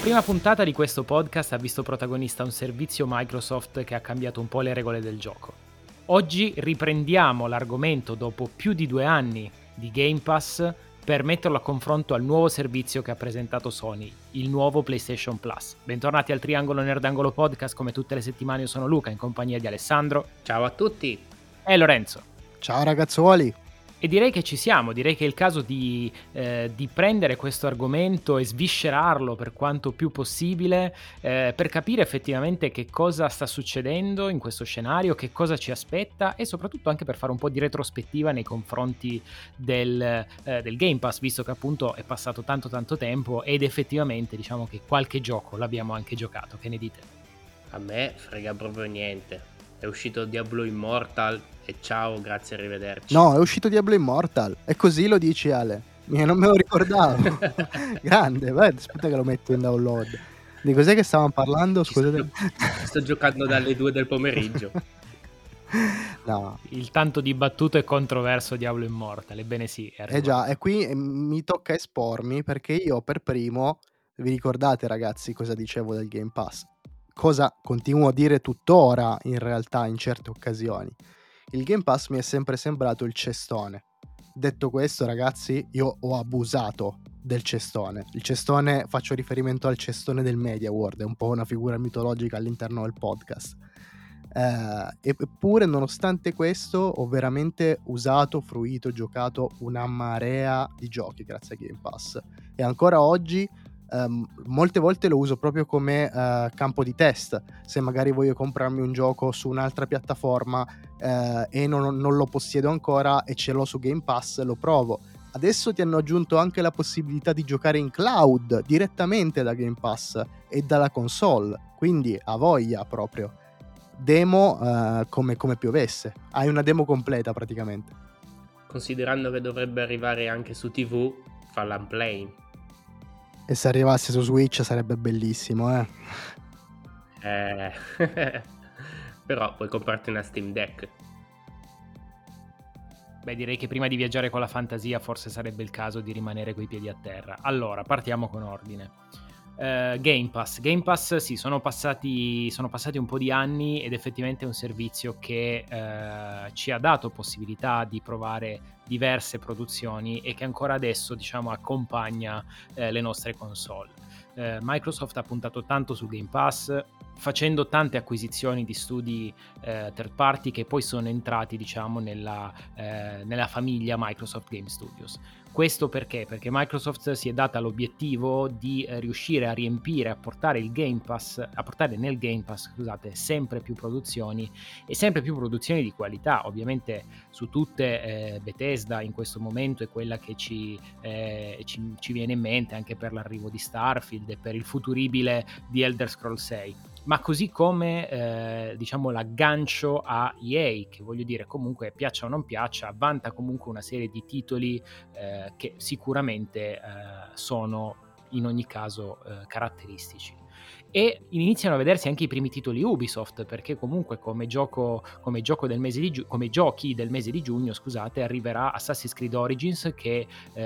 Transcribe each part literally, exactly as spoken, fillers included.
prima puntata di questo podcast ha visto protagonista un servizio Microsoft che ha cambiato un po' le regole del gioco. Oggi riprendiamo l'argomento dopo più di due anni di Game Pass per metterlo a confronto al nuovo servizio che ha presentato Sony, il nuovo PlayStation Plus. Bentornati al Triangolo Nerdangolo Podcast, come tutte le settimane io sono Luca in compagnia di Alessandro. Ciao a tutti. E Lorenzo. Ciao ragazzuoli. E direi che ci siamo, direi che è il caso di, eh, di prendere questo argomento e sviscerarlo per quanto più possibile, eh, per capire effettivamente che cosa sta succedendo in questo scenario, che cosa ci aspetta e soprattutto anche per fare un po' di retrospettiva nei confronti del, eh, del Game Pass, visto che appunto è passato tanto tanto tempo ed effettivamente diciamo che qualche gioco l'abbiamo anche giocato. Che ne dite? A me frega proprio niente. È uscito Diablo Immortal e ciao, grazie, arrivederci. No, è uscito Diablo Immortal. E così lo dici, Ale. Non me lo ricordavo. Grande, vai, aspetta che lo metto in download. Di cos'è che stavamo parlando? Scusate. Sto, sto giocando dalle due del pomeriggio. No. Il tanto dibattuto e controverso Diablo Immortal, ebbene sì. È eh già, e qui eh, mi tocca espormi perché io per primo, vi ricordate ragazzi cosa dicevo del Game Pass? Cosa continuo a dire tuttora in realtà in certe occasioni. Il Game Pass mi è sempre sembrato il cestone. Detto questo ragazzi, io ho abusato del cestone. Il cestone, faccio riferimento al cestone del Media World, è un po' una figura mitologica all'interno del podcast. Eh, eppure nonostante questo ho veramente usato, fruito, giocato una marea di giochi grazie a Game Pass. E ancora oggi Um, molte volte lo uso proprio come uh, campo di test. Se magari voglio comprarmi un gioco su un'altra piattaforma uh, e non, non lo possiedo ancora e ce l'ho su Game Pass, lo provo. Adesso ti hanno aggiunto anche la possibilità di giocare in cloud direttamente da Game Pass e dalla console, quindi a voglia proprio. Demo uh, come, come piovesse. Hai una demo completa praticamente. Considerando che dovrebbe arrivare anche su tivù, falla un play. E se arrivasse su Switch sarebbe bellissimo, eh. Eh. Però puoi comprarti una Steam Deck. Beh, direi che prima di viaggiare con la fantasia forse sarebbe il caso di rimanere coi piedi a terra. Allora, partiamo con ordine. Uh, Game Pass. Game Pass, sì, sono passati, sono passati un po' di anni ed effettivamente è un servizio che uh, ci ha dato possibilità di provare diverse produzioni e che ancora adesso, diciamo, accompagna uh, le nostre console. Uh, Microsoft ha puntato tanto su Game Pass, facendo tante acquisizioni di studi uh, third party che poi sono entrati, diciamo, nella, uh, nella famiglia Microsoft Game Studios. Questo perché? Perché Microsoft si è data l'obiettivo di eh, riuscire a riempire, a portare il Game Pass, a portare nel Game Pass, scusate, sempre più produzioni e sempre più produzioni di qualità. Ovviamente su tutte eh, Bethesda in questo momento è quella che ci, eh, ci, ci viene in mente anche per l'arrivo di Starfield e per il futuribile di Elder Scrolls sei. Ma così come eh, diciamo l'aggancio a E A, che voglio dire comunque piaccia o non piaccia, vanta comunque una serie di titoli eh, che sicuramente eh, sono in ogni caso eh, caratteristici. E iniziano a vedersi anche i primi titoli Ubisoft, perché comunque come gioco, come gioco del mese di giu- come giochi del mese di giugno, scusate, arriverà Assassin's Creed Origins che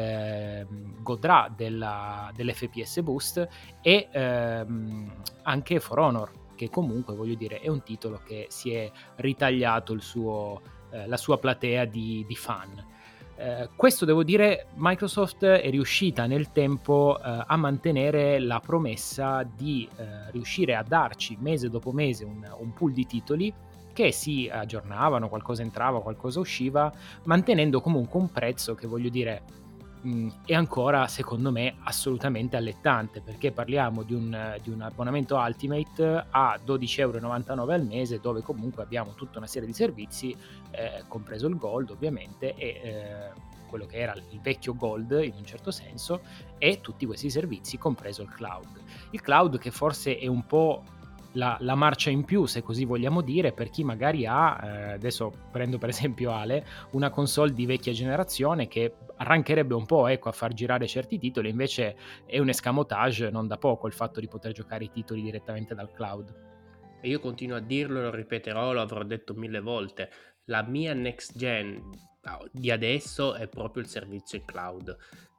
eh, godrà della, dell'F P S boost e ehm, anche For Honor, che comunque voglio dire è un titolo che si è ritagliato il suo, eh, la sua platea di, di fan. Eh, questo devo dire, Microsoft è riuscita nel tempo eh, a mantenere la promessa di eh, riuscire a darci mese dopo mese un, un pool di titoli che si aggiornavano, qualcosa entrava, qualcosa usciva, mantenendo comunque un prezzo che voglio dire mh, è ancora secondo me assolutamente allettante, perché parliamo di un, di un abbonamento Ultimate a dodici virgola novantanove euro al mese, dove comunque abbiamo tutta una serie di servizi, eh, compreso il Gold ovviamente e eh, quello che era il vecchio Gold in un certo senso, e tutti questi servizi compreso il Cloud. Il Cloud che forse è un po' La, la marcia in più, se così vogliamo dire, per chi magari ha, eh, adesso prendo per esempio Ale, una console di vecchia generazione che arrancherebbe un po', ecco, a far girare certi titoli, invece è un escamotage non da poco il fatto di poter giocare i titoli direttamente dal cloud. E io continuo a dirlo, lo ripeterò, lo avrò detto mille volte, la mia next gen di adesso è proprio il servizio in cloud.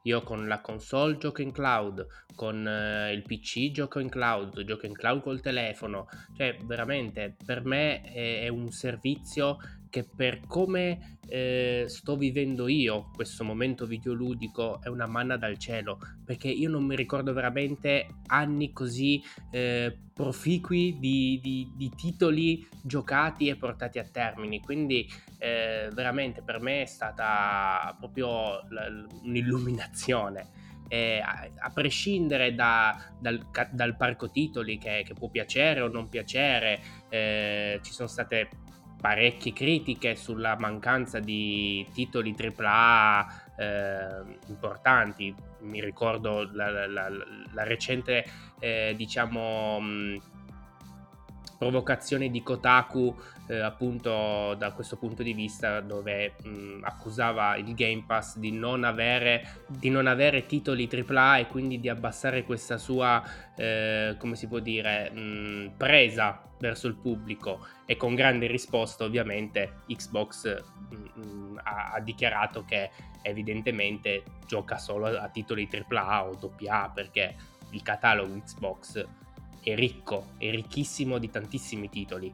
Io con la console gioco in cloud, con eh, il P C gioco in cloud, gioco in cloud col telefono, cioè veramente per me è, è un servizio che per come eh, sto vivendo io questo momento videoludico è una manna dal cielo, perché io non mi ricordo veramente anni così eh, proficui di, di, di titoli giocati e portati a termini, quindi eh, veramente per me è stata proprio l- un'illuminazione. Eh, a, a prescindere da, dal, dal parco titoli che, che può piacere o non piacere, eh, ci sono state parecchie critiche sulla mancanza di titoli tripla A eh, importanti. Mi ricordo la, la, la, la recente eh, diciamo mh, provocazione di Kotaku eh, appunto da questo punto di vista, dove mh, accusava il Game Pass di non avere di non avere titoli tripla A e quindi di abbassare questa sua eh, come si può dire mh, presa verso il pubblico, e con grande risposta ovviamente Xbox mh, ha, ha dichiarato che evidentemente gioca solo a titoli tripla A o doppia A, perché il catalogo Xbox è ricco, è ricchissimo di tantissimi titoli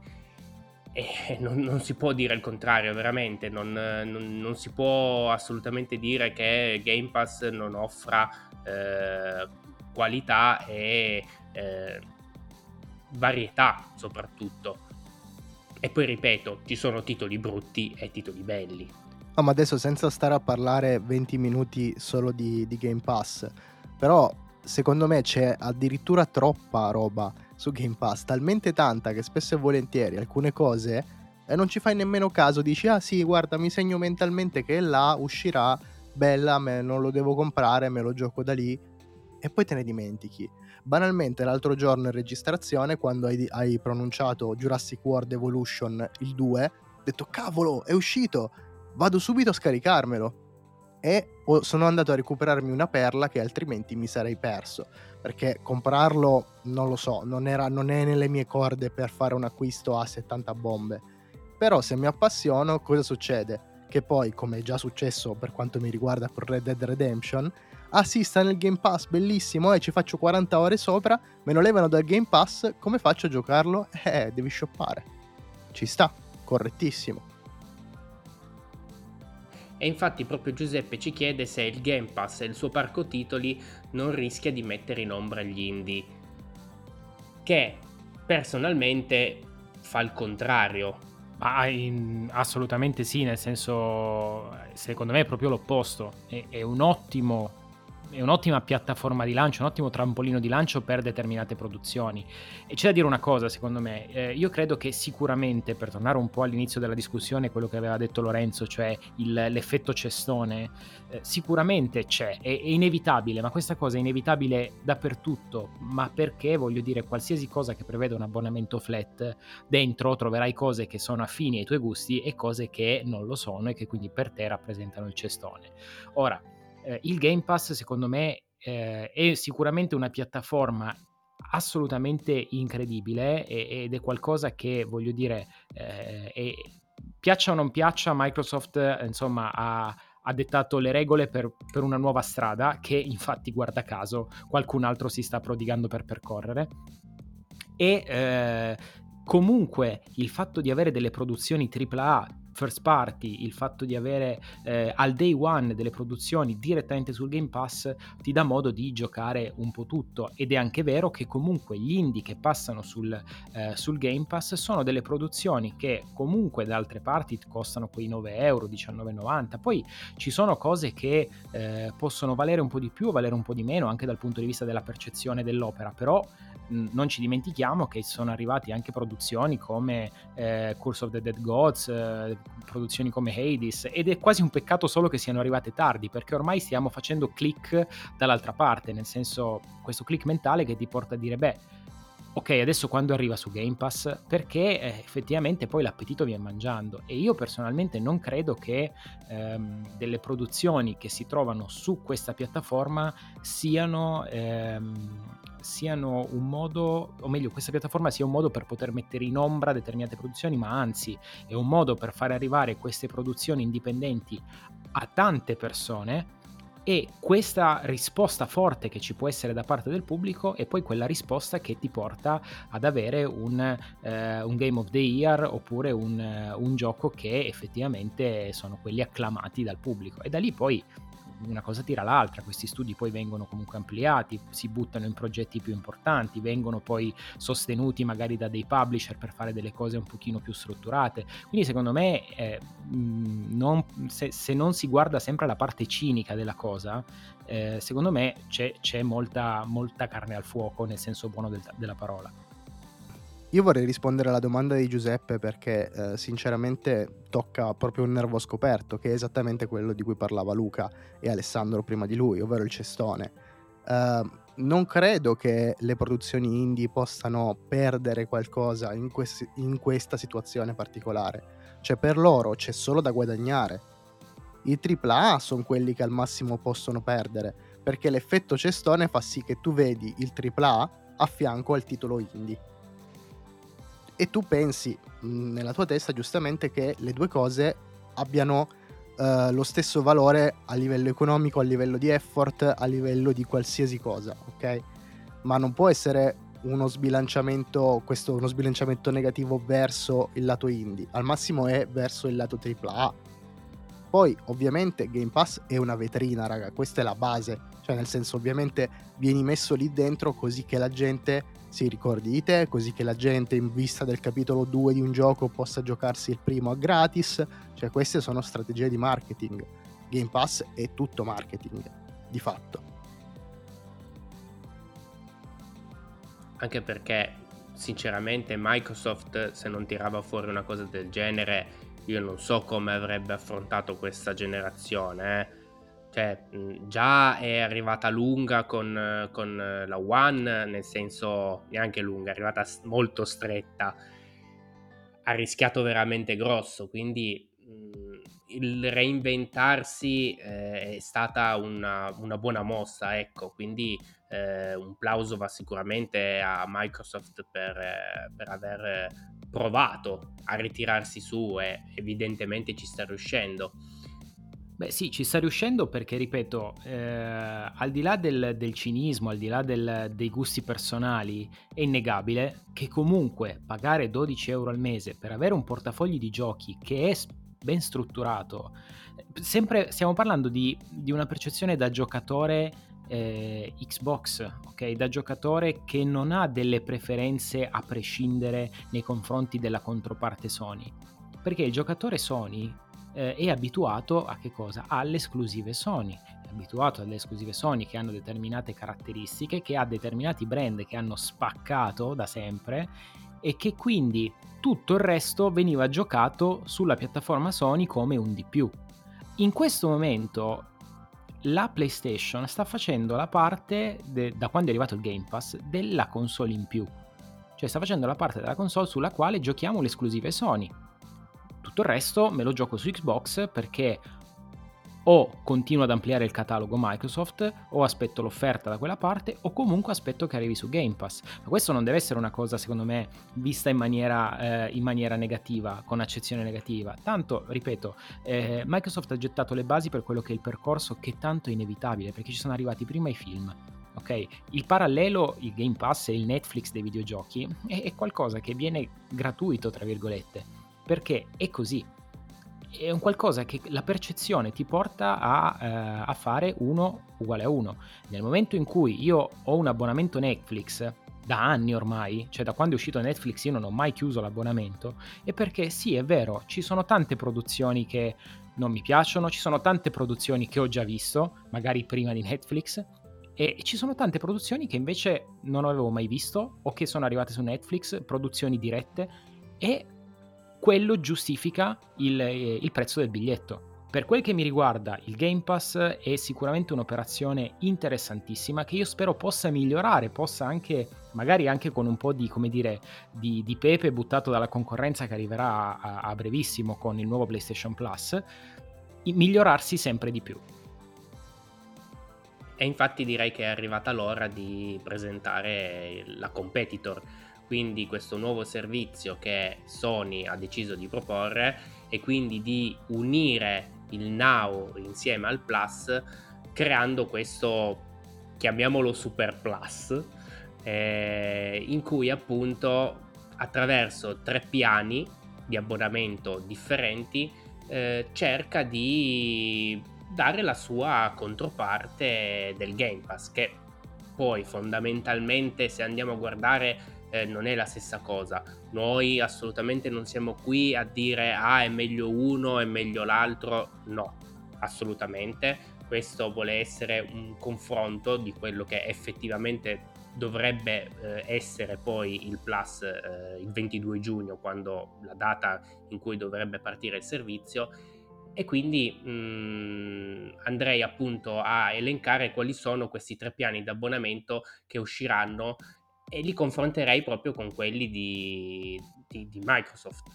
e non, non si può dire il contrario, veramente non, non, non si può assolutamente dire che Game Pass non offra eh, qualità e eh, varietà soprattutto. E poi ripeto, ci sono titoli brutti e titoli belli. No, ma adesso senza stare a parlare venti minuti solo di, di Game Pass, però secondo me c'è addirittura troppa roba su Game Pass, talmente tanta che spesso e volentieri alcune cose e non ci fai nemmeno caso, dici ah sì guarda mi segno mentalmente che là uscirà, bella, me, non lo devo comprare, me lo gioco da lì e poi te ne dimentichi. Banalmente l'altro giorno in registrazione, quando hai, hai pronunciato Jurassic World Evolution il due, ho detto cavolo è uscito, vado subito a scaricarmelo. E sono andato a recuperarmi una perla che altrimenti mi sarei perso, perché comprarlo non lo so, non, era, non è nelle mie corde per fare un acquisto a settanta bombe. Però se mi appassiono, cosa succede? Che poi, come è già successo per quanto mi riguarda con Red Dead Redemption, ah sì, sta nel Game Pass, bellissimo, e eh, ci faccio quaranta ore sopra, me lo levano dal Game Pass, come faccio a giocarlo? Eh, devi shoppare. Ci sta, correttissimo. E infatti proprio Giuseppe ci chiede se il Game Pass e il suo parco titoli non rischia di mettere in ombra gli indie, che personalmente fa il contrario. Ah, in, assolutamente sì, nel senso, secondo me è proprio l'opposto, è, è un ottimo è un'ottima piattaforma di lancio, un ottimo trampolino di lancio per determinate produzioni. E c'è da dire una cosa, secondo me, eh, io credo che sicuramente, per tornare un po' all'inizio della discussione, quello che aveva detto Lorenzo, cioè il, l'effetto cestone, eh, sicuramente c'è, è, è inevitabile, ma questa cosa è inevitabile dappertutto, ma perché, voglio dire, qualsiasi cosa che preveda un abbonamento flat, dentro troverai cose che sono affini ai tuoi gusti e cose che non lo sono e che quindi per te rappresentano il cestone. Ora, Eh, il Game Pass secondo me eh, è sicuramente una piattaforma assolutamente incredibile e, ed è qualcosa che voglio dire eh, è, piaccia o non piaccia, Microsoft eh, insomma ha, ha dettato le regole per, per una nuova strada che infatti guarda caso qualcun altro si sta prodigando per percorrere e eh, comunque il fatto di avere delle produzioni tripla A first party, il fatto di avere eh, al day one delle produzioni direttamente sul Game Pass ti dà modo di giocare un po' tutto, ed è anche vero che comunque gli indie che passano sul, eh, sul Game Pass sono delle produzioni che comunque da altre parti costano quei nove euro, diciannove e novanta. Poi ci sono cose che eh, possono valere un po' di più o valere un po' di meno anche dal punto di vista della percezione dell'opera, però non ci dimentichiamo che sono arrivati anche produzioni come eh, Curse of the Dead Gods, eh, produzioni come Hades, ed è quasi un peccato solo che siano arrivate tardi, perché ormai stiamo facendo click dall'altra parte, nel senso questo click mentale che ti porta a dire beh ok, adesso quando arriva su Game Pass, perché eh, effettivamente poi l'appetito viene mangiando, e io personalmente non credo che ehm, delle produzioni che si trovano su questa piattaforma siano ehm, siano un modo, o meglio questa piattaforma sia un modo per poter mettere in ombra determinate produzioni, ma anzi è un modo per fare arrivare queste produzioni indipendenti a tante persone E questa risposta forte che ci può essere da parte del pubblico è poi quella risposta che ti porta ad avere un, eh, un Game of the Year oppure un, un gioco che effettivamente sono quelli acclamati dal pubblico, e da lì poi una cosa tira l'altra, questi studi poi vengono comunque ampliati, si buttano in progetti più importanti, vengono poi sostenuti magari da dei publisher per fare delle cose un pochino più strutturate. Quindi secondo me eh, non, se, se non si guarda sempre la parte cinica della cosa, eh, secondo me c'è, c'è molta, molta carne al fuoco nel senso buono del, della parola. Io vorrei rispondere alla domanda di Giuseppe perché eh, sinceramente tocca proprio un nervo scoperto, che è esattamente quello di cui parlava Luca e Alessandro prima di lui, ovvero il cestone. Uh, non credo che le produzioni indie possano perdere qualcosa in, quest- in questa situazione particolare. Cioè, per loro c'è solo da guadagnare. I tripla A sono quelli che al massimo possono perdere, perché l'effetto cestone fa sì che tu vedi il tripla A a fianco al titolo indie. E tu pensi mh, nella tua testa giustamente che le due cose abbiano uh, lo stesso valore a livello economico, a livello di effort, a livello di qualsiasi cosa, ok? Ma non può essere uno sbilanciamento, questo uno sbilanciamento negativo verso il lato indie, al massimo è verso il lato tripla A. Poi ovviamente Game Pass è una vetrina, raga, questa è la base, cioè nel senso ovviamente vieni messo lì dentro così che la gente si ricordi di te, così che la gente in vista del capitolo due di un gioco possa giocarsi il primo a gratis, cioè queste sono strategie di marketing. Game Pass è tutto marketing, di fatto. Anche perché sinceramente Microsoft, se non tirava fuori una cosa del genere, io non so come avrebbe affrontato questa generazione, eh. Cioè, già è arrivata lunga con, con la One, nel senso neanche lunga, è arrivata molto stretta, ha rischiato veramente grosso, quindi mh, il reinventarsi eh, è stata una, una buona mossa, ecco, quindi eh, un plauso va sicuramente a Microsoft per, eh, per aver provato a ritirarsi su, e evidentemente ci sta riuscendo. Beh sì, ci sta riuscendo perché, ripeto, eh, al di là del, del cinismo, al di là del, dei gusti personali, è innegabile che comunque pagare dodici euro al mese per avere un portafoglio di giochi che è ben strutturato, sempre stiamo parlando di, di una percezione da giocatore eh, Xbox, ok? Da giocatore che non ha delle preferenze a prescindere nei confronti della controparte Sony, perché il giocatore Sony Eh, è abituato a che cosa? Alle esclusive Sony, è abituato alle esclusive Sony che hanno determinate caratteristiche, che ha determinati brand che hanno spaccato da sempre e che quindi tutto il resto veniva giocato sulla piattaforma Sony come un di più. In questo momento la PlayStation sta facendo la parte, de- da quando è arrivato il Game Pass, della console in più, cioè sta facendo la parte della console sulla quale giochiamo le esclusive Sony. Tutto il resto me lo gioco su Xbox perché o continuo ad ampliare il catalogo Microsoft, o aspetto l'offerta da quella parte, o comunque aspetto che arrivi su Game Pass. Ma questo non deve essere una cosa, secondo me, vista in maniera, eh, in maniera negativa, con accezione negativa. Tanto, ripeto, eh, Microsoft ha gettato le basi per quello che è il percorso che tanto è inevitabile, perché ci sono arrivati prima i film. Ok, il parallelo, il Game Pass e il Netflix dei videogiochi è, è qualcosa che viene gratuito, tra virgolette, perché è così, è un qualcosa che la percezione ti porta a, eh, a fare uno uguale a uno. Nel momento in cui io ho un abbonamento Netflix da anni ormai, cioè da quando è uscito Netflix io non ho mai chiuso l'abbonamento, è perché sì, è vero, ci sono tante produzioni che non mi piacciono, ci sono tante produzioni che ho già visto, magari prima di Netflix, e ci sono tante produzioni che invece non avevo mai visto o che sono arrivate su Netflix, produzioni dirette, e quello giustifica il, il prezzo del biglietto. Per quel che mi riguarda, il Game Pass è sicuramente un'operazione interessantissima che io spero possa migliorare, possa anche, magari anche con un po' di, come dire, di, di pepe buttato dalla concorrenza che arriverà a, a brevissimo con il nuovo PlayStation Plus, migliorarsi sempre di più. E infatti direi che è arrivata l'ora di presentare la competitor, quindi questo nuovo servizio che Sony ha deciso di proporre, e quindi di unire il Now insieme al Plus creando questo, chiamiamolo Super Plus, eh, in cui appunto attraverso tre piani di abbonamento differenti eh, cerca di dare la sua controparte del Game Pass, che poi fondamentalmente, se andiamo a guardare, eh, non è la stessa cosa. Noi assolutamente non siamo qui a dire ah, è meglio uno, è meglio l'altro. No, assolutamente. Questo vuole essere un confronto di quello che effettivamente dovrebbe eh, essere poi il Plus eh, il ventidue giugno, quando la data in cui dovrebbe partire il servizio. E quindi mh, andrei appunto a elencare quali sono questi tre piani di abbonamento che usciranno e li confronterei proprio con quelli di, di, di Microsoft.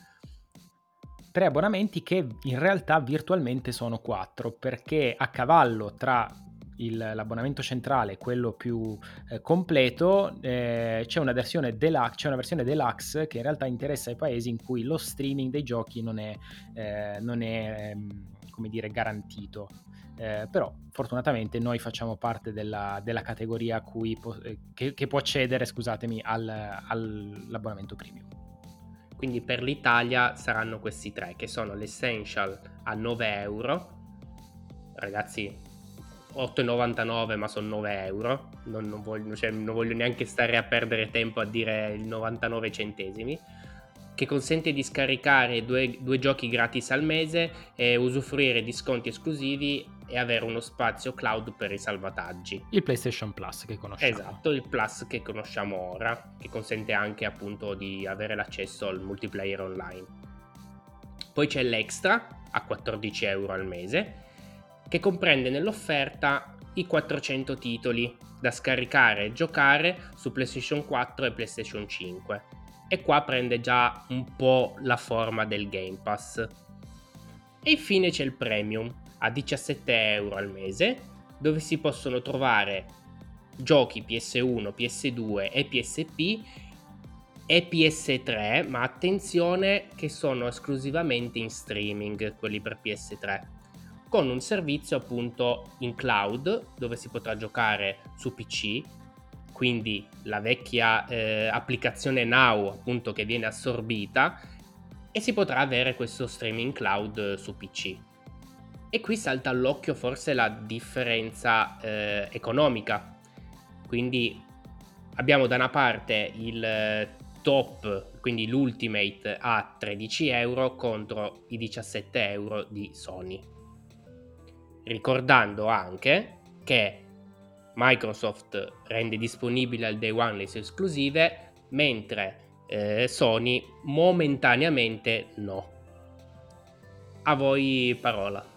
Tre abbonamenti che in realtà virtualmente sono quattro, perché a cavallo tra il, l'abbonamento centrale e quello più eh, completo eh, c'è una versione deluxe, c'è una versione deluxe che in realtà interessa i paesi in cui lo streaming dei giochi non è, eh, non è come dire, garantito. Eh, però fortunatamente noi facciamo parte della, della categoria a cui po- che, che può accedere, scusatemi, al, all'abbonamento premium. Quindi per l'Italia saranno questi tre, che sono l'Essential a nove euro. Ragazzi, otto e novantanove, ma sono nove euro. Non, non, voglio, cioè, non voglio neanche stare a perdere tempo a dire il novantanove centesimi. Che consente di scaricare due, due giochi gratis al mese e usufruire di sconti esclusivi e avere uno spazio cloud per i salvataggi. Il PlayStation Plus che conosciamo. Esatto, il Plus che conosciamo ora, che consente anche appunto di avere l'accesso al multiplayer online. Poi c'è l'Extra a quattordici euro al mese, che comprende nell'offerta i quattrocento titoli da scaricare e giocare su PlayStation quattro e PlayStation cinque. E qua prende già un po' la forma del Game Pass. E infine c'è il Premium a diciassette euro al mese, dove si possono trovare giochi P S uno, P S due e P S P e P S tre, ma attenzione che sono esclusivamente in streaming quelli per P S tre, con un servizio appunto in cloud dove si potrà giocare su P C, quindi la vecchia eh, applicazione Now appunto che viene assorbita, e si potrà avere questo streaming cloud su P C. E qui salta all'occhio forse la differenza eh, economica. Quindi abbiamo da una parte il top, quindi l'Ultimate a tredici euro contro i diciassette euro di Sony. Ricordando anche che Microsoft rende disponibile al day one le sue esclusive, mentre eh, Sony momentaneamente no. A voi parola.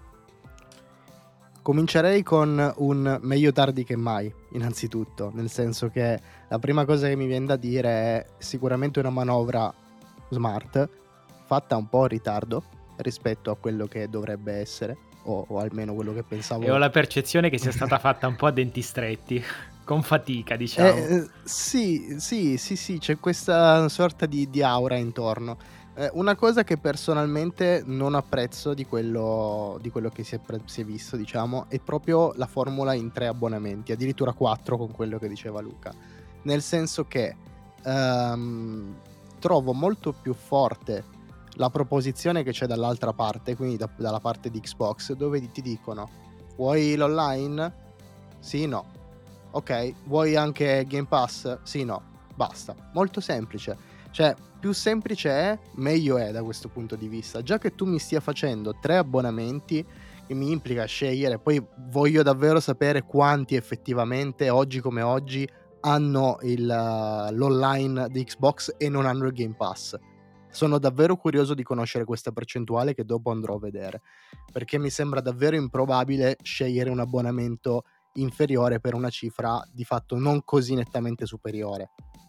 Comincerei con un meglio tardi che mai, innanzitutto, nel senso che la prima cosa che mi viene da dire è sicuramente una manovra smart, fatta un po' in ritardo rispetto a quello che dovrebbe essere, o, o almeno quello che pensavo. E ho la percezione che sia stata fatta un po' a denti stretti, con fatica, diciamo. Eh, sì, sì, sì, sì, c'è questa sorta di, di aura intorno. Eh, una cosa che personalmente non apprezzo di quello, di quello che si è, pre- si è visto, diciamo, è proprio la formula in tre abbonamenti, addirittura quattro con quello che diceva Luca. Nel senso che ehm, trovo molto più forte la proposizione che c'è dall'altra parte, quindi da, dalla parte di Xbox, dove ti dicono: vuoi l'online? Sì, no. Ok, vuoi anche Game Pass? Sì, no. Basta. Molto semplice. Cioè, più semplice è, meglio è da questo punto di vista. Già che tu mi stia facendo tre abbonamenti, che mi implica scegliere, poi voglio davvero sapere quanti effettivamente, oggi come oggi, hanno il, l'online di Xbox e non hanno il Game Pass. Sono davvero curioso di conoscere questa percentuale, che dopo andrò a vedere, perché mi sembra davvero improbabile scegliere un abbonamento inferiore per una cifra di fatto non così nettamente superiore.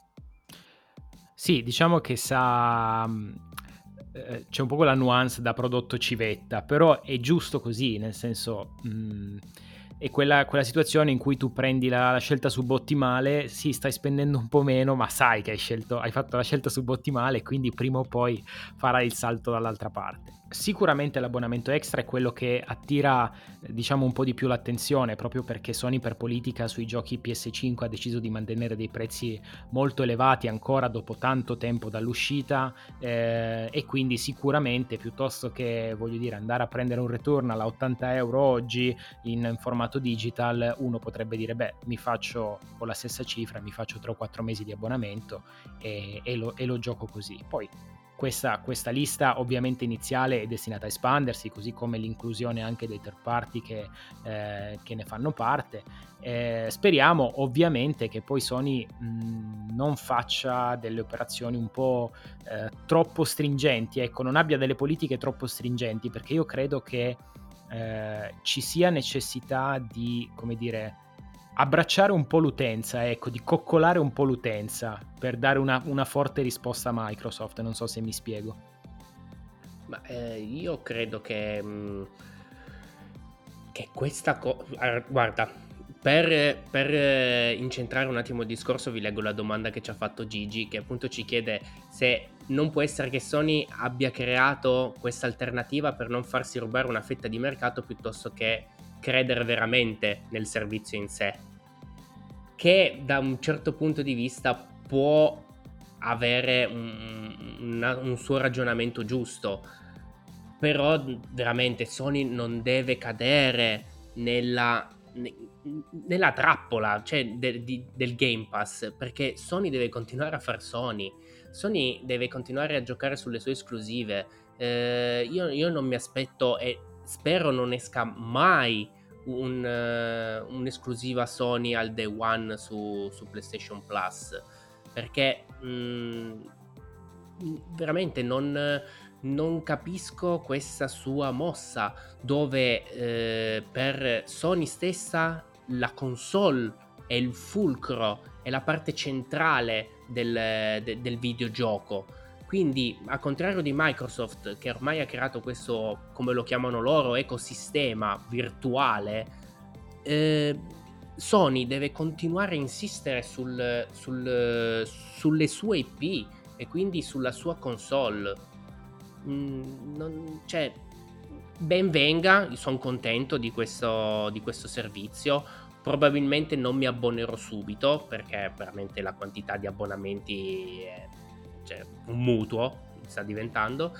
Sì, diciamo che sa eh, c'è un po' quella nuance da prodotto civetta, però è giusto così, nel senso mh, è quella, quella situazione in cui tu prendi la, la scelta subottimale, sì, stai spendendo un po' meno, ma sai che hai scelto, hai fatto la scelta subottimale, quindi prima o poi farai il salto dall'altra parte. Sicuramente l'abbonamento extra è quello che attira, diciamo, un po' di più l'attenzione, proprio perché Sony per politica sui giochi P S cinque ha deciso di mantenere dei prezzi molto elevati ancora dopo tanto tempo dall'uscita, eh, e quindi sicuramente piuttosto che, voglio dire, andare a prendere un Returnal a ottanta euro oggi in, in formato digital, uno potrebbe dire beh, mi faccio con la stessa cifra, mi faccio tre o quattro mesi di abbonamento e, e, lo, e lo gioco così. Poi Questa, questa lista ovviamente iniziale è destinata a espandersi, così come l'inclusione anche dei third party che, eh, che ne fanno parte. Eh, speriamo ovviamente che poi Sony mh, non faccia delle operazioni un po' eh, troppo stringenti, ecco, non abbia delle politiche troppo stringenti, perché io credo che eh, ci sia necessità di, come dire, abbracciare un po' l'utenza, ecco, di coccolare un po' l'utenza per dare una, una forte risposta a Microsoft. Non so se mi spiego. Ma eh, io credo che, mh, che questa cosa... Guarda, per, per eh, incentrare un attimo il discorso vi leggo la domanda che ci ha fatto Gigi, che appunto ci chiede se non può essere che Sony abbia creato questa alternativa per non farsi rubare una fetta di mercato piuttosto che credere veramente nel servizio in sé, che da un certo punto di vista può avere un, una, un suo ragionamento giusto, però veramente Sony non deve cadere nella, nella trappola, cioè de, de, del Game Pass, perché Sony deve continuare a far Sony Sony deve continuare a giocare sulle sue esclusive. eh, io, io non mi aspetto e spero non esca mai un, uh, un'esclusiva Sony al day one su, su PlayStation Plus, perché mh, veramente non, non capisco questa sua mossa dove eh, per Sony stessa la console è il fulcro, è la parte centrale del, de, del videogioco. Quindi, al contrario di Microsoft, che ormai ha creato questo, come lo chiamano loro, ecosistema virtuale, eh, Sony deve continuare a insistere sul, sul, sulle sue I P e quindi sulla sua console. Mm, non, cioè, ben venga, sono contento di questo, di questo servizio. Probabilmente non mi abbonerò subito, perché veramente la quantità di abbonamenti è, cioè, un mutuo sta diventando,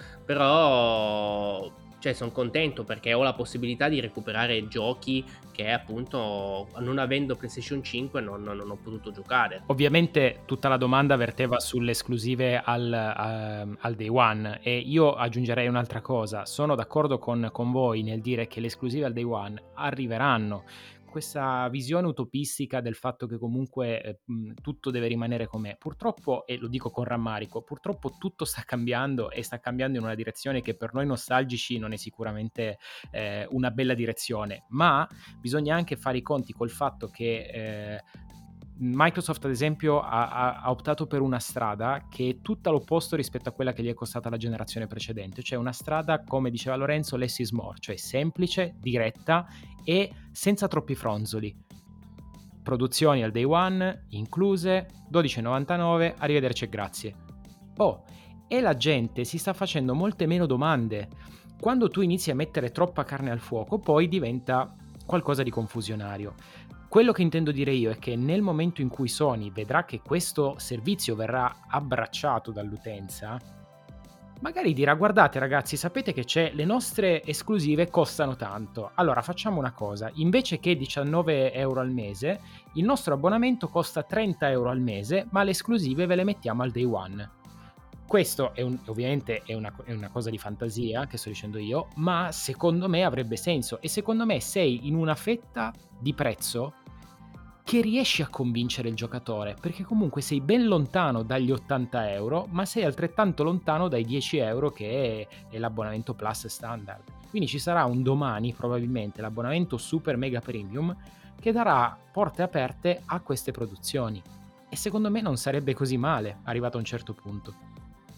però cioè, sono contento perché ho la possibilità di recuperare giochi che appunto, non avendo PlayStation cinque, non, non ho potuto giocare. Ovviamente tutta la domanda verteva sulle esclusive al, uh, al day one, e io aggiungerei un'altra cosa. Sono d'accordo con, con voi nel dire che le esclusive al day one arriveranno. Questa visione utopistica del fatto che comunque eh, tutto deve rimanere com'è, purtroppo, e lo dico con rammarico, purtroppo tutto sta cambiando, e sta cambiando in una direzione che per noi nostalgici non è sicuramente eh, una bella direzione, ma bisogna anche fare i conti col fatto che eh, Microsoft ad esempio ha, ha optato per una strada che è tutta l'opposto rispetto a quella che gli è costata la generazione precedente, cioè una strada, come diceva Lorenzo, less is more, cioè semplice, diretta e senza troppi fronzoli. Produzioni al day one incluse, dodici e novantanove, arrivederci e grazie. Oh, e la gente si sta facendo molte meno domande. Quando tu inizi a mettere troppa carne al fuoco, poi diventa qualcosa di confusionario. Quello che intendo dire io è che nel momento in cui Sony vedrà che questo servizio verrà abbracciato dall'utenza, magari dirà: guardate ragazzi, sapete che c'è, le nostre esclusive costano tanto, allora facciamo una cosa, invece che diciannove euro al mese, il nostro abbonamento costa trenta euro al mese, ma le esclusive ve le mettiamo al day one. Questo è un, ovviamente è una, è una cosa di fantasia che sto dicendo io, ma secondo me avrebbe senso, e secondo me sei in una fetta di prezzo che riesci a convincere il giocatore, perché comunque sei ben lontano dagli ottanta euro, ma sei altrettanto lontano dai dieci euro che è, è l'abbonamento Plus standard. Quindi ci sarà un domani probabilmente l'abbonamento Super Mega Premium che darà porte aperte a queste produzioni, e secondo me non sarebbe così male arrivato a un certo punto.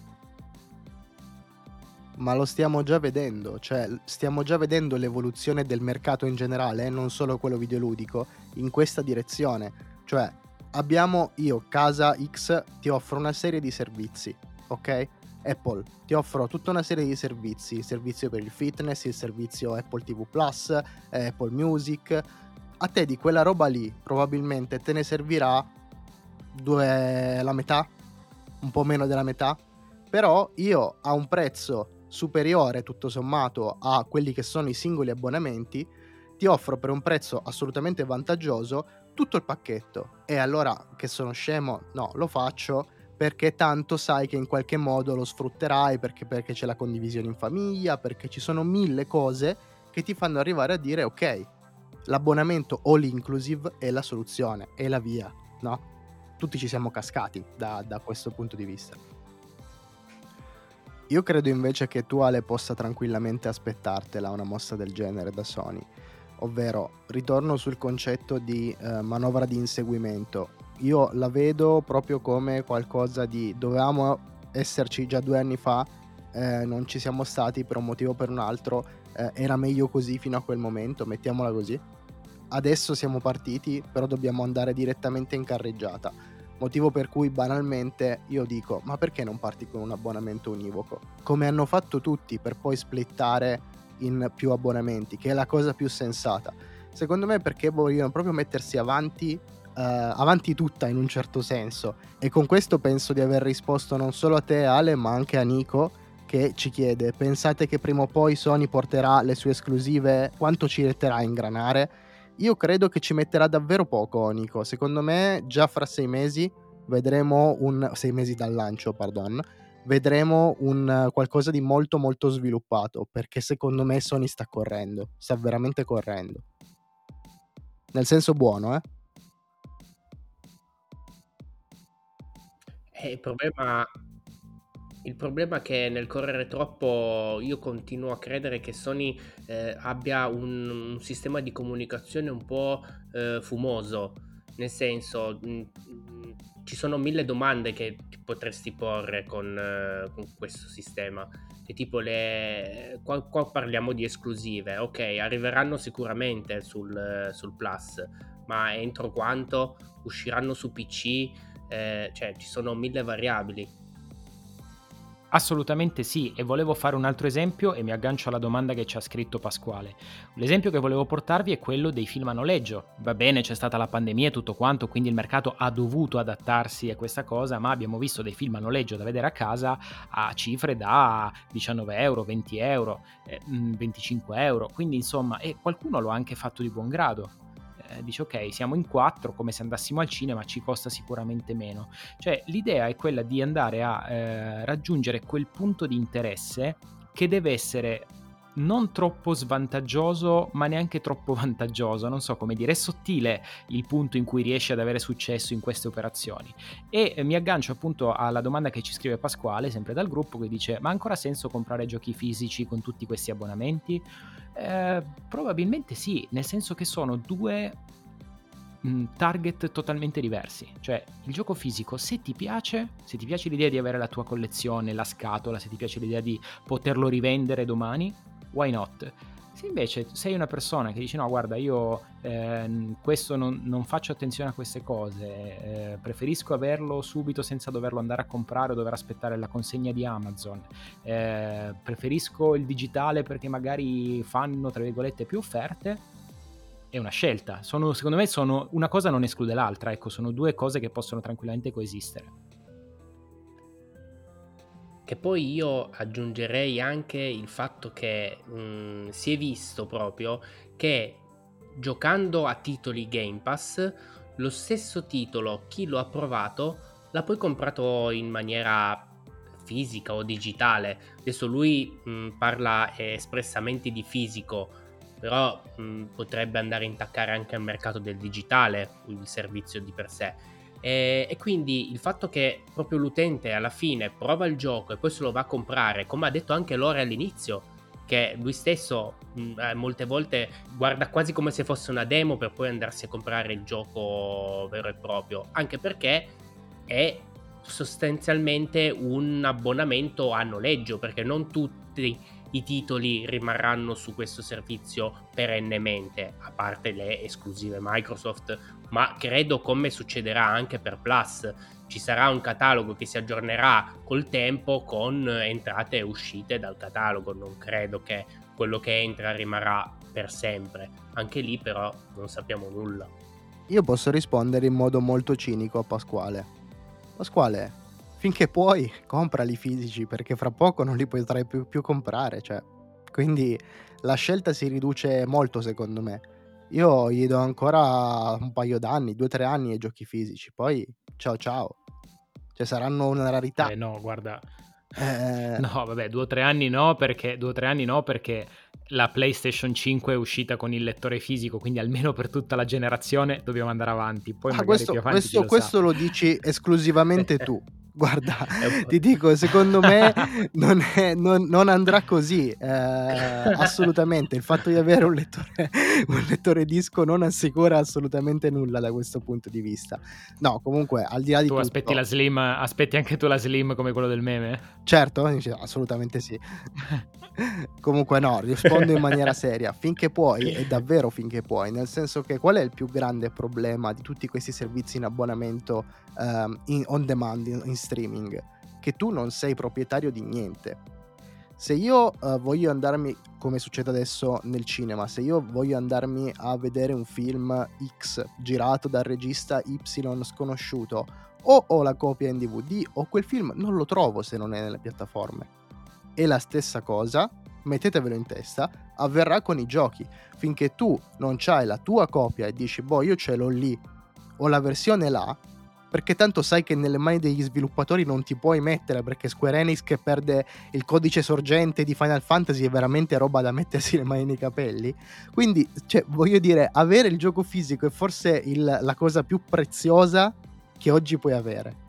Ma lo stiamo già vedendo, cioè stiamo già vedendo l'evoluzione del mercato in generale, eh, non solo quello videoludico, in questa direzione. Cioè abbiamo, io, Casa X, ti offro una serie di servizi, ok? Apple ti offro tutta una serie di servizi, il servizio per il fitness, il servizio Apple ti vu Plus, eh, Apple Music. A te di quella roba lì probabilmente te ne servirà due, la metà, un po' meno della metà, però io a un prezzo superiore tutto sommato a quelli che sono i singoli abbonamenti ti offro per un prezzo assolutamente vantaggioso tutto il pacchetto. E allora, che sono scemo? No, lo faccio perché tanto sai che in qualche modo lo sfrutterai, perché, perché c'è la condivisione in famiglia, perché ci sono mille cose che ti fanno arrivare a dire ok, l'abbonamento all inclusive è la soluzione, è la via, no? Tutti ci siamo cascati da, da questo punto di vista. Io credo invece che tu, Ale, possa tranquillamente aspettartela una mossa del genere da Sony, ovvero ritorno sul concetto di eh, manovra di inseguimento. Io la vedo proprio come qualcosa di dovevamo esserci già due anni fa, eh, non ci siamo stati per un motivo o per un altro, eh, era meglio così fino a quel momento, mettiamola così. Adesso siamo partiti, però dobbiamo andare direttamente in carreggiata, motivo per cui banalmente io dico: ma perché non parti con un abbonamento univoco, come hanno fatto tutti, per poi splittare in più abbonamenti, che è la cosa più sensata secondo me, perché vogliono proprio mettersi avanti eh, avanti tutta in un certo senso. E con questo penso di aver risposto non solo a te, Ale, ma anche a Nico, che ci chiede: pensate che prima o poi Sony porterà le sue esclusive? Quanto ci metterà a ingranare? Io credo che ci metterà davvero poco, Nico. Secondo me già fra sei mesi vedremo un sei mesi dal lancio, pardon, vedremo un qualcosa di molto molto sviluppato, perché secondo me Sony sta correndo, sta veramente correndo. Nel senso buono, eh? E il problema il problema è che nel correre troppo io continuo a credere che Sony eh, abbia un, un sistema di comunicazione un po' eh, fumoso, nel senso mh, mh, ci sono mille domande che ti potresti porre con, eh, con questo sistema, che tipo le qua, qua parliamo di esclusive, ok, arriveranno sicuramente sul, sul Plus, ma entro quanto usciranno su P C? Eh, cioè ci sono mille variabili. Assolutamente sì, e volevo fare un altro esempio e mi aggancio alla domanda che ci ha scritto Pasquale. L'esempio che volevo portarvi è quello dei film a noleggio. Va bene, c'è stata la pandemia e tutto quanto, quindi il mercato ha dovuto adattarsi a questa cosa, ma abbiamo visto dei film a noleggio da vedere a casa a cifre da diciannove euro, venti euro, eh, venticinque euro, quindi insomma, e qualcuno lo ha anche fatto di buon grado. Eh, dice ok, siamo in quattro come se andassimo al cinema, ci costa sicuramente meno. Cioè l'idea è quella di andare a eh, raggiungere quel punto di interesse che deve essere non troppo svantaggioso ma neanche troppo vantaggioso, non so come dire, è sottile il punto in cui riesci ad avere successo in queste operazioni. E eh, mi aggancio appunto alla domanda che ci scrive Pasquale, sempre dal gruppo, che dice: ma ha ancora senso comprare giochi fisici con tutti questi abbonamenti? Eh, probabilmente sì, nel senso che sono due mh, target totalmente diversi. Cioè il gioco fisico, se ti piace, se ti piace l'idea di avere la tua collezione, la scatola, se ti piace l'idea di poterlo rivendere domani, why not? Se invece sei una persona che dice no guarda io eh, questo non, non faccio attenzione a queste cose, eh, preferisco averlo subito senza doverlo andare a comprare o dover aspettare la consegna di Amazon, eh, preferisco il digitale perché magari fanno tra virgolette più offerte, è una scelta. Sono, secondo me sono, una cosa non esclude l'altra, ecco, sono due cose che possono tranquillamente coesistere. Che poi io aggiungerei anche il fatto che mh, si è visto proprio che giocando a titoli Game Pass, lo stesso titolo, chi lo ha provato, l'ha poi comprato in maniera fisica o digitale. Adesso lui mh, parla espressamente di fisico, però mh, potrebbe andare a intaccare anche il mercato del digitale, il servizio di per sé. E, e quindi il fatto che proprio l'utente alla fine prova il gioco e poi se lo va a comprare, come ha detto anche Lore all'inizio, che lui stesso mh, molte volte guarda quasi come se fosse una demo per poi andarsi a comprare il gioco vero e proprio, anche perché è sostanzialmente un abbonamento a noleggio, perché non tutti i titoli rimarranno su questo servizio perennemente, a parte le esclusive Microsoft, ma credo come succederà anche per Plus, ci sarà un catalogo che si aggiornerà col tempo con entrate e uscite dal catalogo, non credo che quello che entra rimarrà per sempre. Anche lì però non sappiamo nulla. Io posso rispondere in modo molto cinico a Pasquale. Pasquale, finché puoi, comprali fisici, perché fra poco non li potrai più, più comprare, cioè. Quindi la scelta si riduce molto, secondo me. Io gli do ancora un paio d'anni, due o tre anni ai giochi fisici, poi ciao ciao. Cioè saranno una rarità. Eh no, guarda. Eh, No, vabbè, due o tre anni no, perché due o tre anni no, perché la PlayStation cinque è uscita con il lettore fisico, quindi almeno per tutta la generazione dobbiamo andare avanti. Poi ah, magari questo, più avanti chi questo, lo questo sa. lo dici esclusivamente tu. Guarda, È un po'- ti dico, secondo me non, è- non- non andrà così, eh, assolutamente. Il fatto di avere un lettore, un lettore disco non assicura assolutamente nulla da questo punto di vista. No, comunque, al di là di Tu tutto, aspetti la Slim, aspetti anche tu la Slim come quello del meme? certo, dice, assolutamente sì. Comunque no, rispondo in maniera seria, finché puoi, e davvero finché puoi, nel senso che qual è il più grande problema di tutti questi servizi in abbonamento ehm, in on demand, in, in streaming? Che tu non sei proprietario di niente. Se io eh, voglio andarmi, come succede adesso nel cinema, se io voglio andarmi a vedere un film X girato dal regista Y sconosciuto, o ho la copia in D V D o quel film non lo trovo se non è nelle piattaforme. E la stessa cosa, mettetevelo in testa, avverrà con i giochi. Finché tu non c'hai la tua copia e dici boh, io ce l'ho lì, o la versione là, perché tanto sai che nelle mani degli sviluppatori non ti puoi mettere, perché Square Enix che perde il codice sorgente di Final Fantasy è veramente roba da mettersi le mani nei capelli. Quindi, cioè, voglio dire, avere il gioco fisico è forse il, la cosa più preziosa che oggi puoi avere.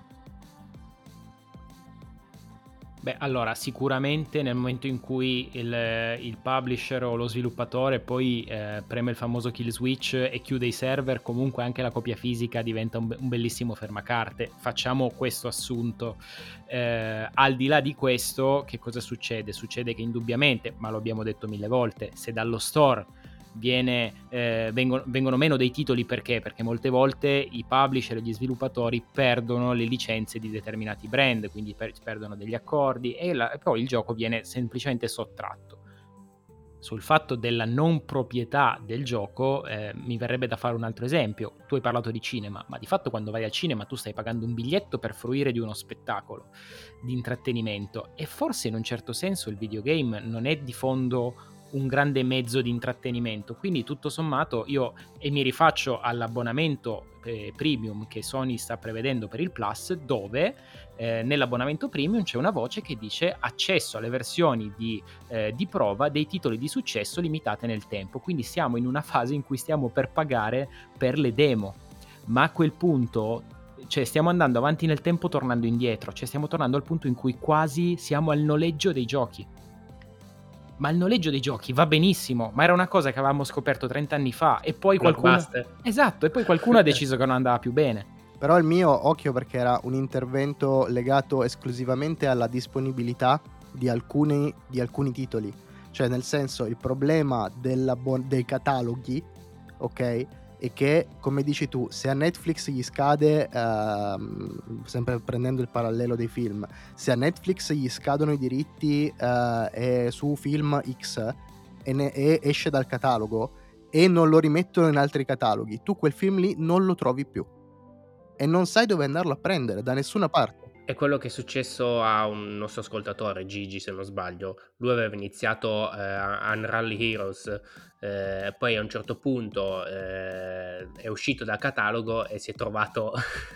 Beh, allora, sicuramente nel momento in cui il, il publisher o lo sviluppatore poi eh, preme il famoso kill switch e chiude i server, comunque anche la copia fisica diventa un, be- un bellissimo fermacarte. Facciamo questo assunto. Eh, al di là di questo, che cosa succede? Succede che indubbiamente, ma lo abbiamo detto mille volte, se dallo store Viene, eh, vengono, vengono meno dei titoli, perché? Perché molte volte i publisher e gli sviluppatori perdono le licenze di determinati brand, quindi per, perdono degli accordi e, la, e poi il gioco viene semplicemente sottratto. Sul fatto della non proprietà del gioco eh, mi verrebbe da fare un altro esempio. Tu hai parlato di cinema, ma di fatto quando vai al cinema tu stai pagando un biglietto per fruire di uno spettacolo di intrattenimento, e forse in un certo senso il videogame non è di fondo un grande mezzo di intrattenimento, quindi tutto sommato io, e mi rifaccio all'abbonamento eh, premium che Sony sta prevedendo per il Plus, dove eh, nell'abbonamento premium c'è una voce che dice accesso alle versioni di, eh, di prova dei titoli di successo limitate nel tempo, quindi siamo in una fase in cui stiamo per pagare per le demo, ma a quel punto, cioè, stiamo andando avanti nel tempo tornando indietro, cioè stiamo tornando al punto in cui quasi siamo al noleggio dei giochi. Ma il noleggio dei giochi va benissimo, ma era una cosa che avevamo scoperto trenta anni fa e poi qualcuno... Esatto, e poi qualcuno ha deciso che non andava più bene. Però il mio, occhio, perché era un intervento legato esclusivamente alla disponibilità di alcuni, di alcuni titoli. Cioè, nel senso, il problema della bon- dei cataloghi, ok, è che, come dici tu, se a Netflix gli scade, ehm, sempre prendendo il parallelo dei film, se a Netflix gli scadono i diritti eh, e su film X e, ne- e esce dal catalogo e non lo rimettono in altri cataloghi, tu quel film lì non lo trovi più e non sai dove andarlo a prendere da nessuna parte. È quello che è successo a un nostro ascoltatore, Gigi se non sbaglio. Lui aveva iniziato eh, Unrally Heroes, eh, poi a un certo punto eh, è uscito dal catalogo e si è trovato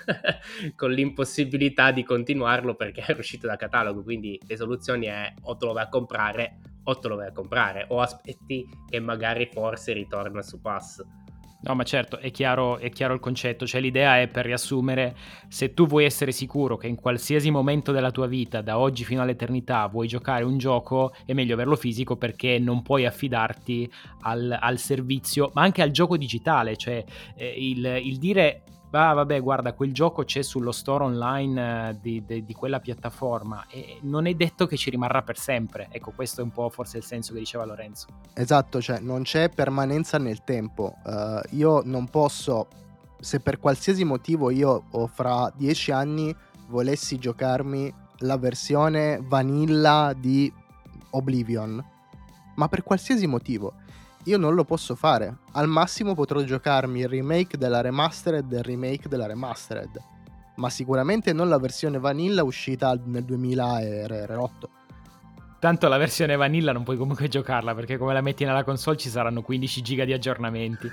con l'impossibilità di continuarlo perché è uscito dal catalogo. Quindi le soluzioni è o te lo vai a comprare o te lo vai a comprare, o aspetti che magari forse ritorna su Pass. No, ma certo, è chiaro, è chiaro il concetto, cioè l'idea è, per riassumere, se tu vuoi essere sicuro che in qualsiasi momento della tua vita, da oggi fino all'eternità, vuoi giocare un gioco, è meglio averlo fisico, perché non puoi affidarti al, al servizio, ma anche al gioco digitale, cioè eh, il, il dire... Ah, vabbè, guarda, quel gioco c'è sullo store online eh, di, di, di quella piattaforma e non è detto che ci rimarrà per sempre. Ecco, questo è un po' forse il senso che diceva Lorenzo. Esatto, cioè non c'è permanenza nel tempo. Uh, io non posso se per qualsiasi motivo io o fra dieci anni volessi giocarmi la versione vanilla di Oblivion, ma per qualsiasi motivo io non lo posso fare. Al massimo potrò giocarmi il remake della remastered del remake della remastered, ma sicuramente non la versione vanilla uscita nel duemilaotto. Tanto la versione vanilla non puoi comunque giocarla, perché come la metti nella console ci saranno quindici giga di aggiornamenti.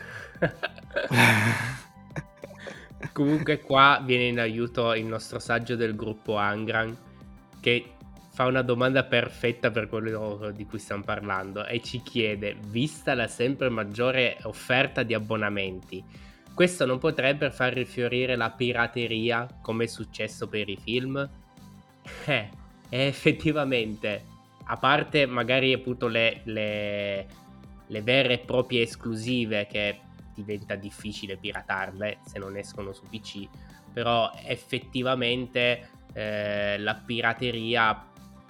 Comunque qua viene in aiuto il nostro saggio del gruppo Angran, che fa una domanda perfetta per quello di cui stiamo parlando e ci chiede: vista la sempre maggiore offerta di abbonamenti, questo non potrebbe far rifiorire la pirateria come è successo per i film? Eh, effettivamente, a parte magari appunto le, le, le vere e proprie esclusive, che diventa difficile piratarle se non escono su P C, però effettivamente eh, la pirateria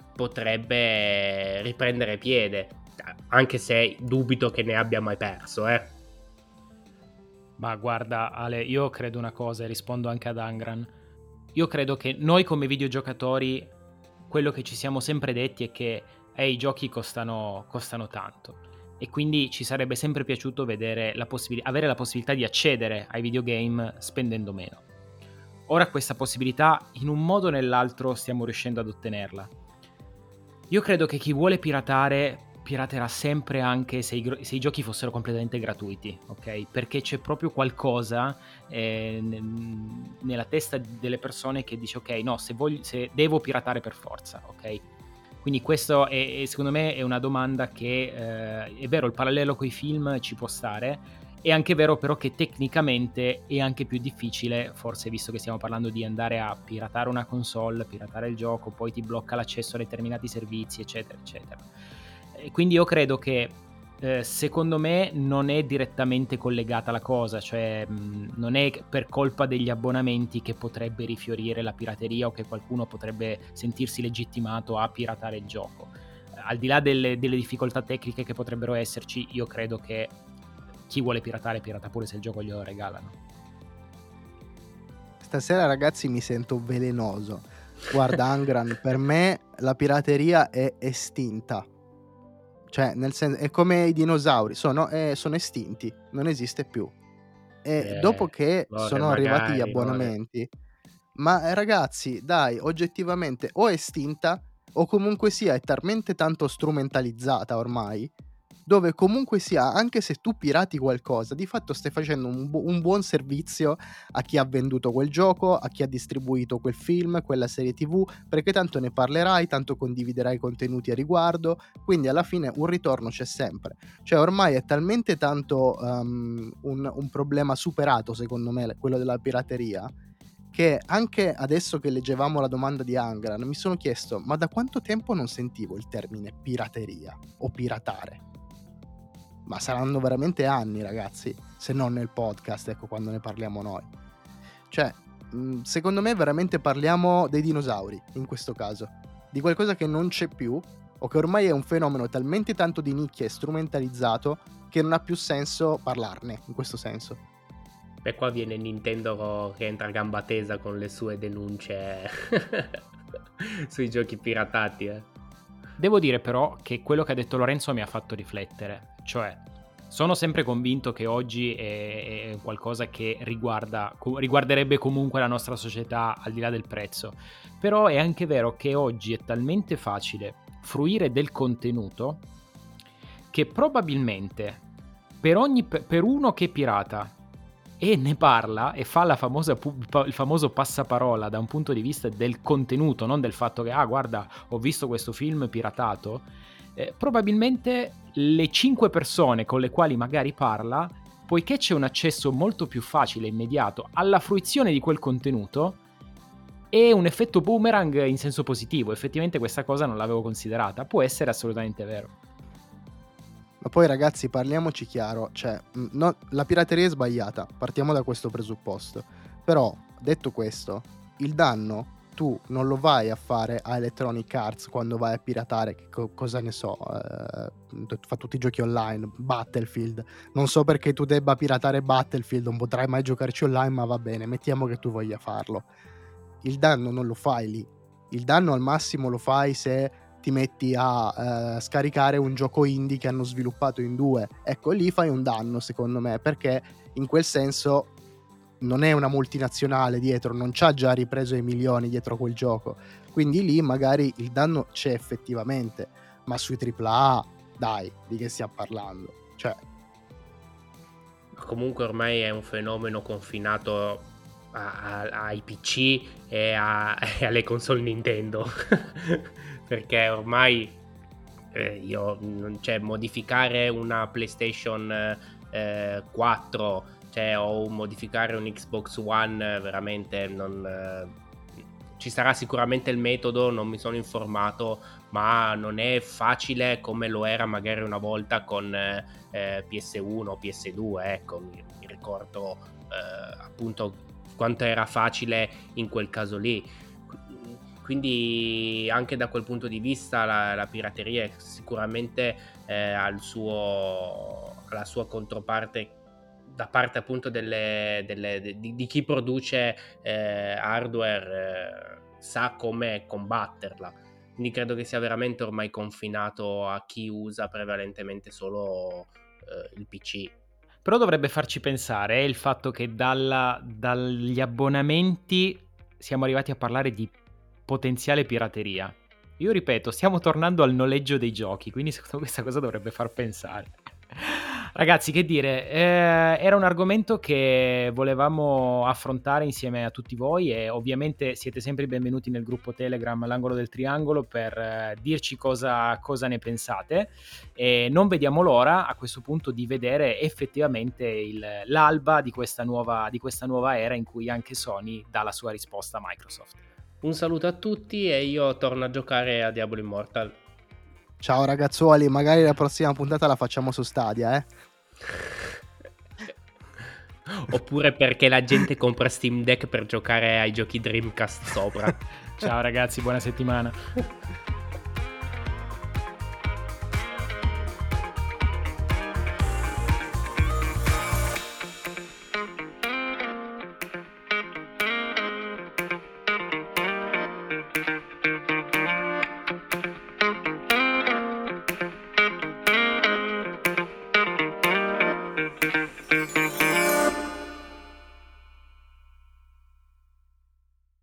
potrebbe riprendere piede, anche se dubito che ne abbia mai perso, eh. Ma guarda Ale, io credo una cosa e rispondo anche ad Angran. Io credo che noi come videogiocatori quello che ci siamo sempre detti è che eh, i giochi costano, costano tanto e quindi ci sarebbe sempre piaciuto vedere la possibil- avere la possibilità di accedere ai videogame spendendo meno. Ora questa possibilità in un modo o nell'altro stiamo riuscendo ad ottenerla. Io credo che chi vuole piratare piraterà sempre anche se i, se i giochi fossero completamente gratuiti, ok? Perché c'è proprio qualcosa eh, n- nella testa delle persone che dice ok, no, se, voglio, se devo piratare per forza, ok? Quindi questo è, è, secondo me è una domanda che eh, è vero, il parallelo con i film ci può stare. È anche vero però che tecnicamente è anche più difficile, forse visto che stiamo parlando di andare a piratare una console, piratare il gioco, poi ti blocca l'accesso a determinati servizi, eccetera, eccetera. E quindi io credo che eh, secondo me non è direttamente collegata la cosa, cioè mh, non è per colpa degli abbonamenti che potrebbe rifiorire la pirateria o che qualcuno potrebbe sentirsi legittimato a piratare il gioco. Eh, al di là delle, delle difficoltà tecniche che potrebbero esserci, io credo che chi vuole piratare pirata pure se il gioco glielo regalano. Stasera ragazzi mi sento velenoso. Guarda Angran, per me la pirateria è estinta. Cioè, nel senso, è come i dinosauri, sono, eh, sono estinti, non esiste più. E Eh, dopo che Lore, sono arrivati gli magari, abbonamenti, ma eh, ragazzi, dai, oggettivamente o è estinta o comunque sia è talmente tanto strumentalizzata ormai, dove comunque sia, anche se tu pirati qualcosa, di fatto stai facendo un, bu- un buon servizio a chi ha venduto quel gioco, a chi ha distribuito quel film, quella serie tv, perché tanto ne parlerai, tanto condividerai contenuti a riguardo, quindi alla fine un ritorno c'è sempre. Cioè ormai è talmente tanto um, un, un problema superato, secondo me, quello della pirateria, che anche adesso che leggevamo la domanda di Angran mi sono chiesto: ma da quanto tempo non sentivo il termine pirateria o piratare? Ma saranno veramente anni, ragazzi, se non nel podcast, ecco, quando ne parliamo noi. Cioè, mh, secondo me veramente parliamo dei dinosauri, in questo caso, di qualcosa che non c'è più, o che ormai è un fenomeno talmente tanto di nicchia e strumentalizzato che non ha più senso parlarne, in questo senso. E qua viene Nintendo che entra a gamba tesa con le sue denunce sui giochi piratati, eh. Devo dire però che quello che ha detto Lorenzo mi ha fatto riflettere, cioè sono sempre convinto che oggi è, è qualcosa che riguarda, riguarderebbe comunque la nostra società al di là del prezzo, però è anche vero che oggi è talmente facile fruire del contenuto che probabilmente per, ogni, per uno che pirata e ne parla e fa la famosa il famoso passaparola da un punto di vista del contenuto, non del fatto che ah guarda ho visto questo film piratato, eh, probabilmente le cinque persone con le quali magari parla, poiché c'è un accesso molto più facile e immediato alla fruizione di quel contenuto, è un effetto boomerang in senso positivo. Effettivamente questa cosa non l'avevo considerata, può essere assolutamente vero. Ma poi ragazzi, parliamoci chiaro, cioè mh, no, la pirateria è sbagliata, partiamo da questo presupposto. Però, detto questo, il danno tu non lo vai a fare a Electronic Arts quando vai a piratare, che co- cosa ne so, eh, fa tutti i giochi online, Battlefield, non so perché tu debba piratare Battlefield, non potrai mai giocarci online, ma va bene, mettiamo che tu voglia farlo. Il danno non lo fai lì, il danno al massimo lo fai se ti metti a eh, scaricare un gioco indie che hanno sviluppato in due, ecco lì fai un danno secondo me, perché in quel senso non è una multinazionale dietro, non c'ha già ripreso i milioni dietro quel gioco, quindi lì magari il danno c'è effettivamente, ma sui tripla A dai, di che stiamo parlando? Cioè, comunque ormai è un fenomeno confinato a- a- ai P C e, a- e alle console Nintendo perché ormai eh, io non cioè modificare una PlayStation eh, quattro, cioè, o modificare un Xbox One, veramente non eh, ci sarà sicuramente il metodo, non mi sono informato, ma non è facile come lo era magari una volta con eh, P S uno o P S due, ecco, mi, mi ricordo eh, appunto quanto era facile in quel caso lì. Quindi anche da quel punto di vista la, la pirateria sicuramente eh, ha il suo, la sua controparte da parte appunto delle, delle, di, di chi produce eh, hardware, eh, sa come combatterla. Quindi credo che sia veramente ormai confinato a chi usa prevalentemente solo eh, il P C. Però dovrebbe farci pensare eh, il fatto che dalla, dagli abbonamenti siamo arrivati a parlare di potenziale pirateria. Io ripeto, stiamo tornando al noleggio dei giochi, quindi secondo me questa cosa dovrebbe far pensare. Ragazzi, che dire, eh, era un argomento che volevamo affrontare insieme a tutti voi e ovviamente siete sempre benvenuti nel gruppo Telegram L'Angolo del Triangolo per eh, dirci cosa, cosa ne pensate, e non vediamo l'ora a questo punto di vedere effettivamente il, l'alba di questa, nuova, di questa nuova era in cui anche Sony dà la sua risposta a Microsoft. Un saluto a tutti e io torno a giocare a Diablo Immortal. ciao ragazzuoli, magari la prossima puntata la facciamo su Stadia, eh? Oppure perché la gente compra Steam Deck per giocare ai giochi Dreamcast sopra. Ciao ragazzi, buona settimana.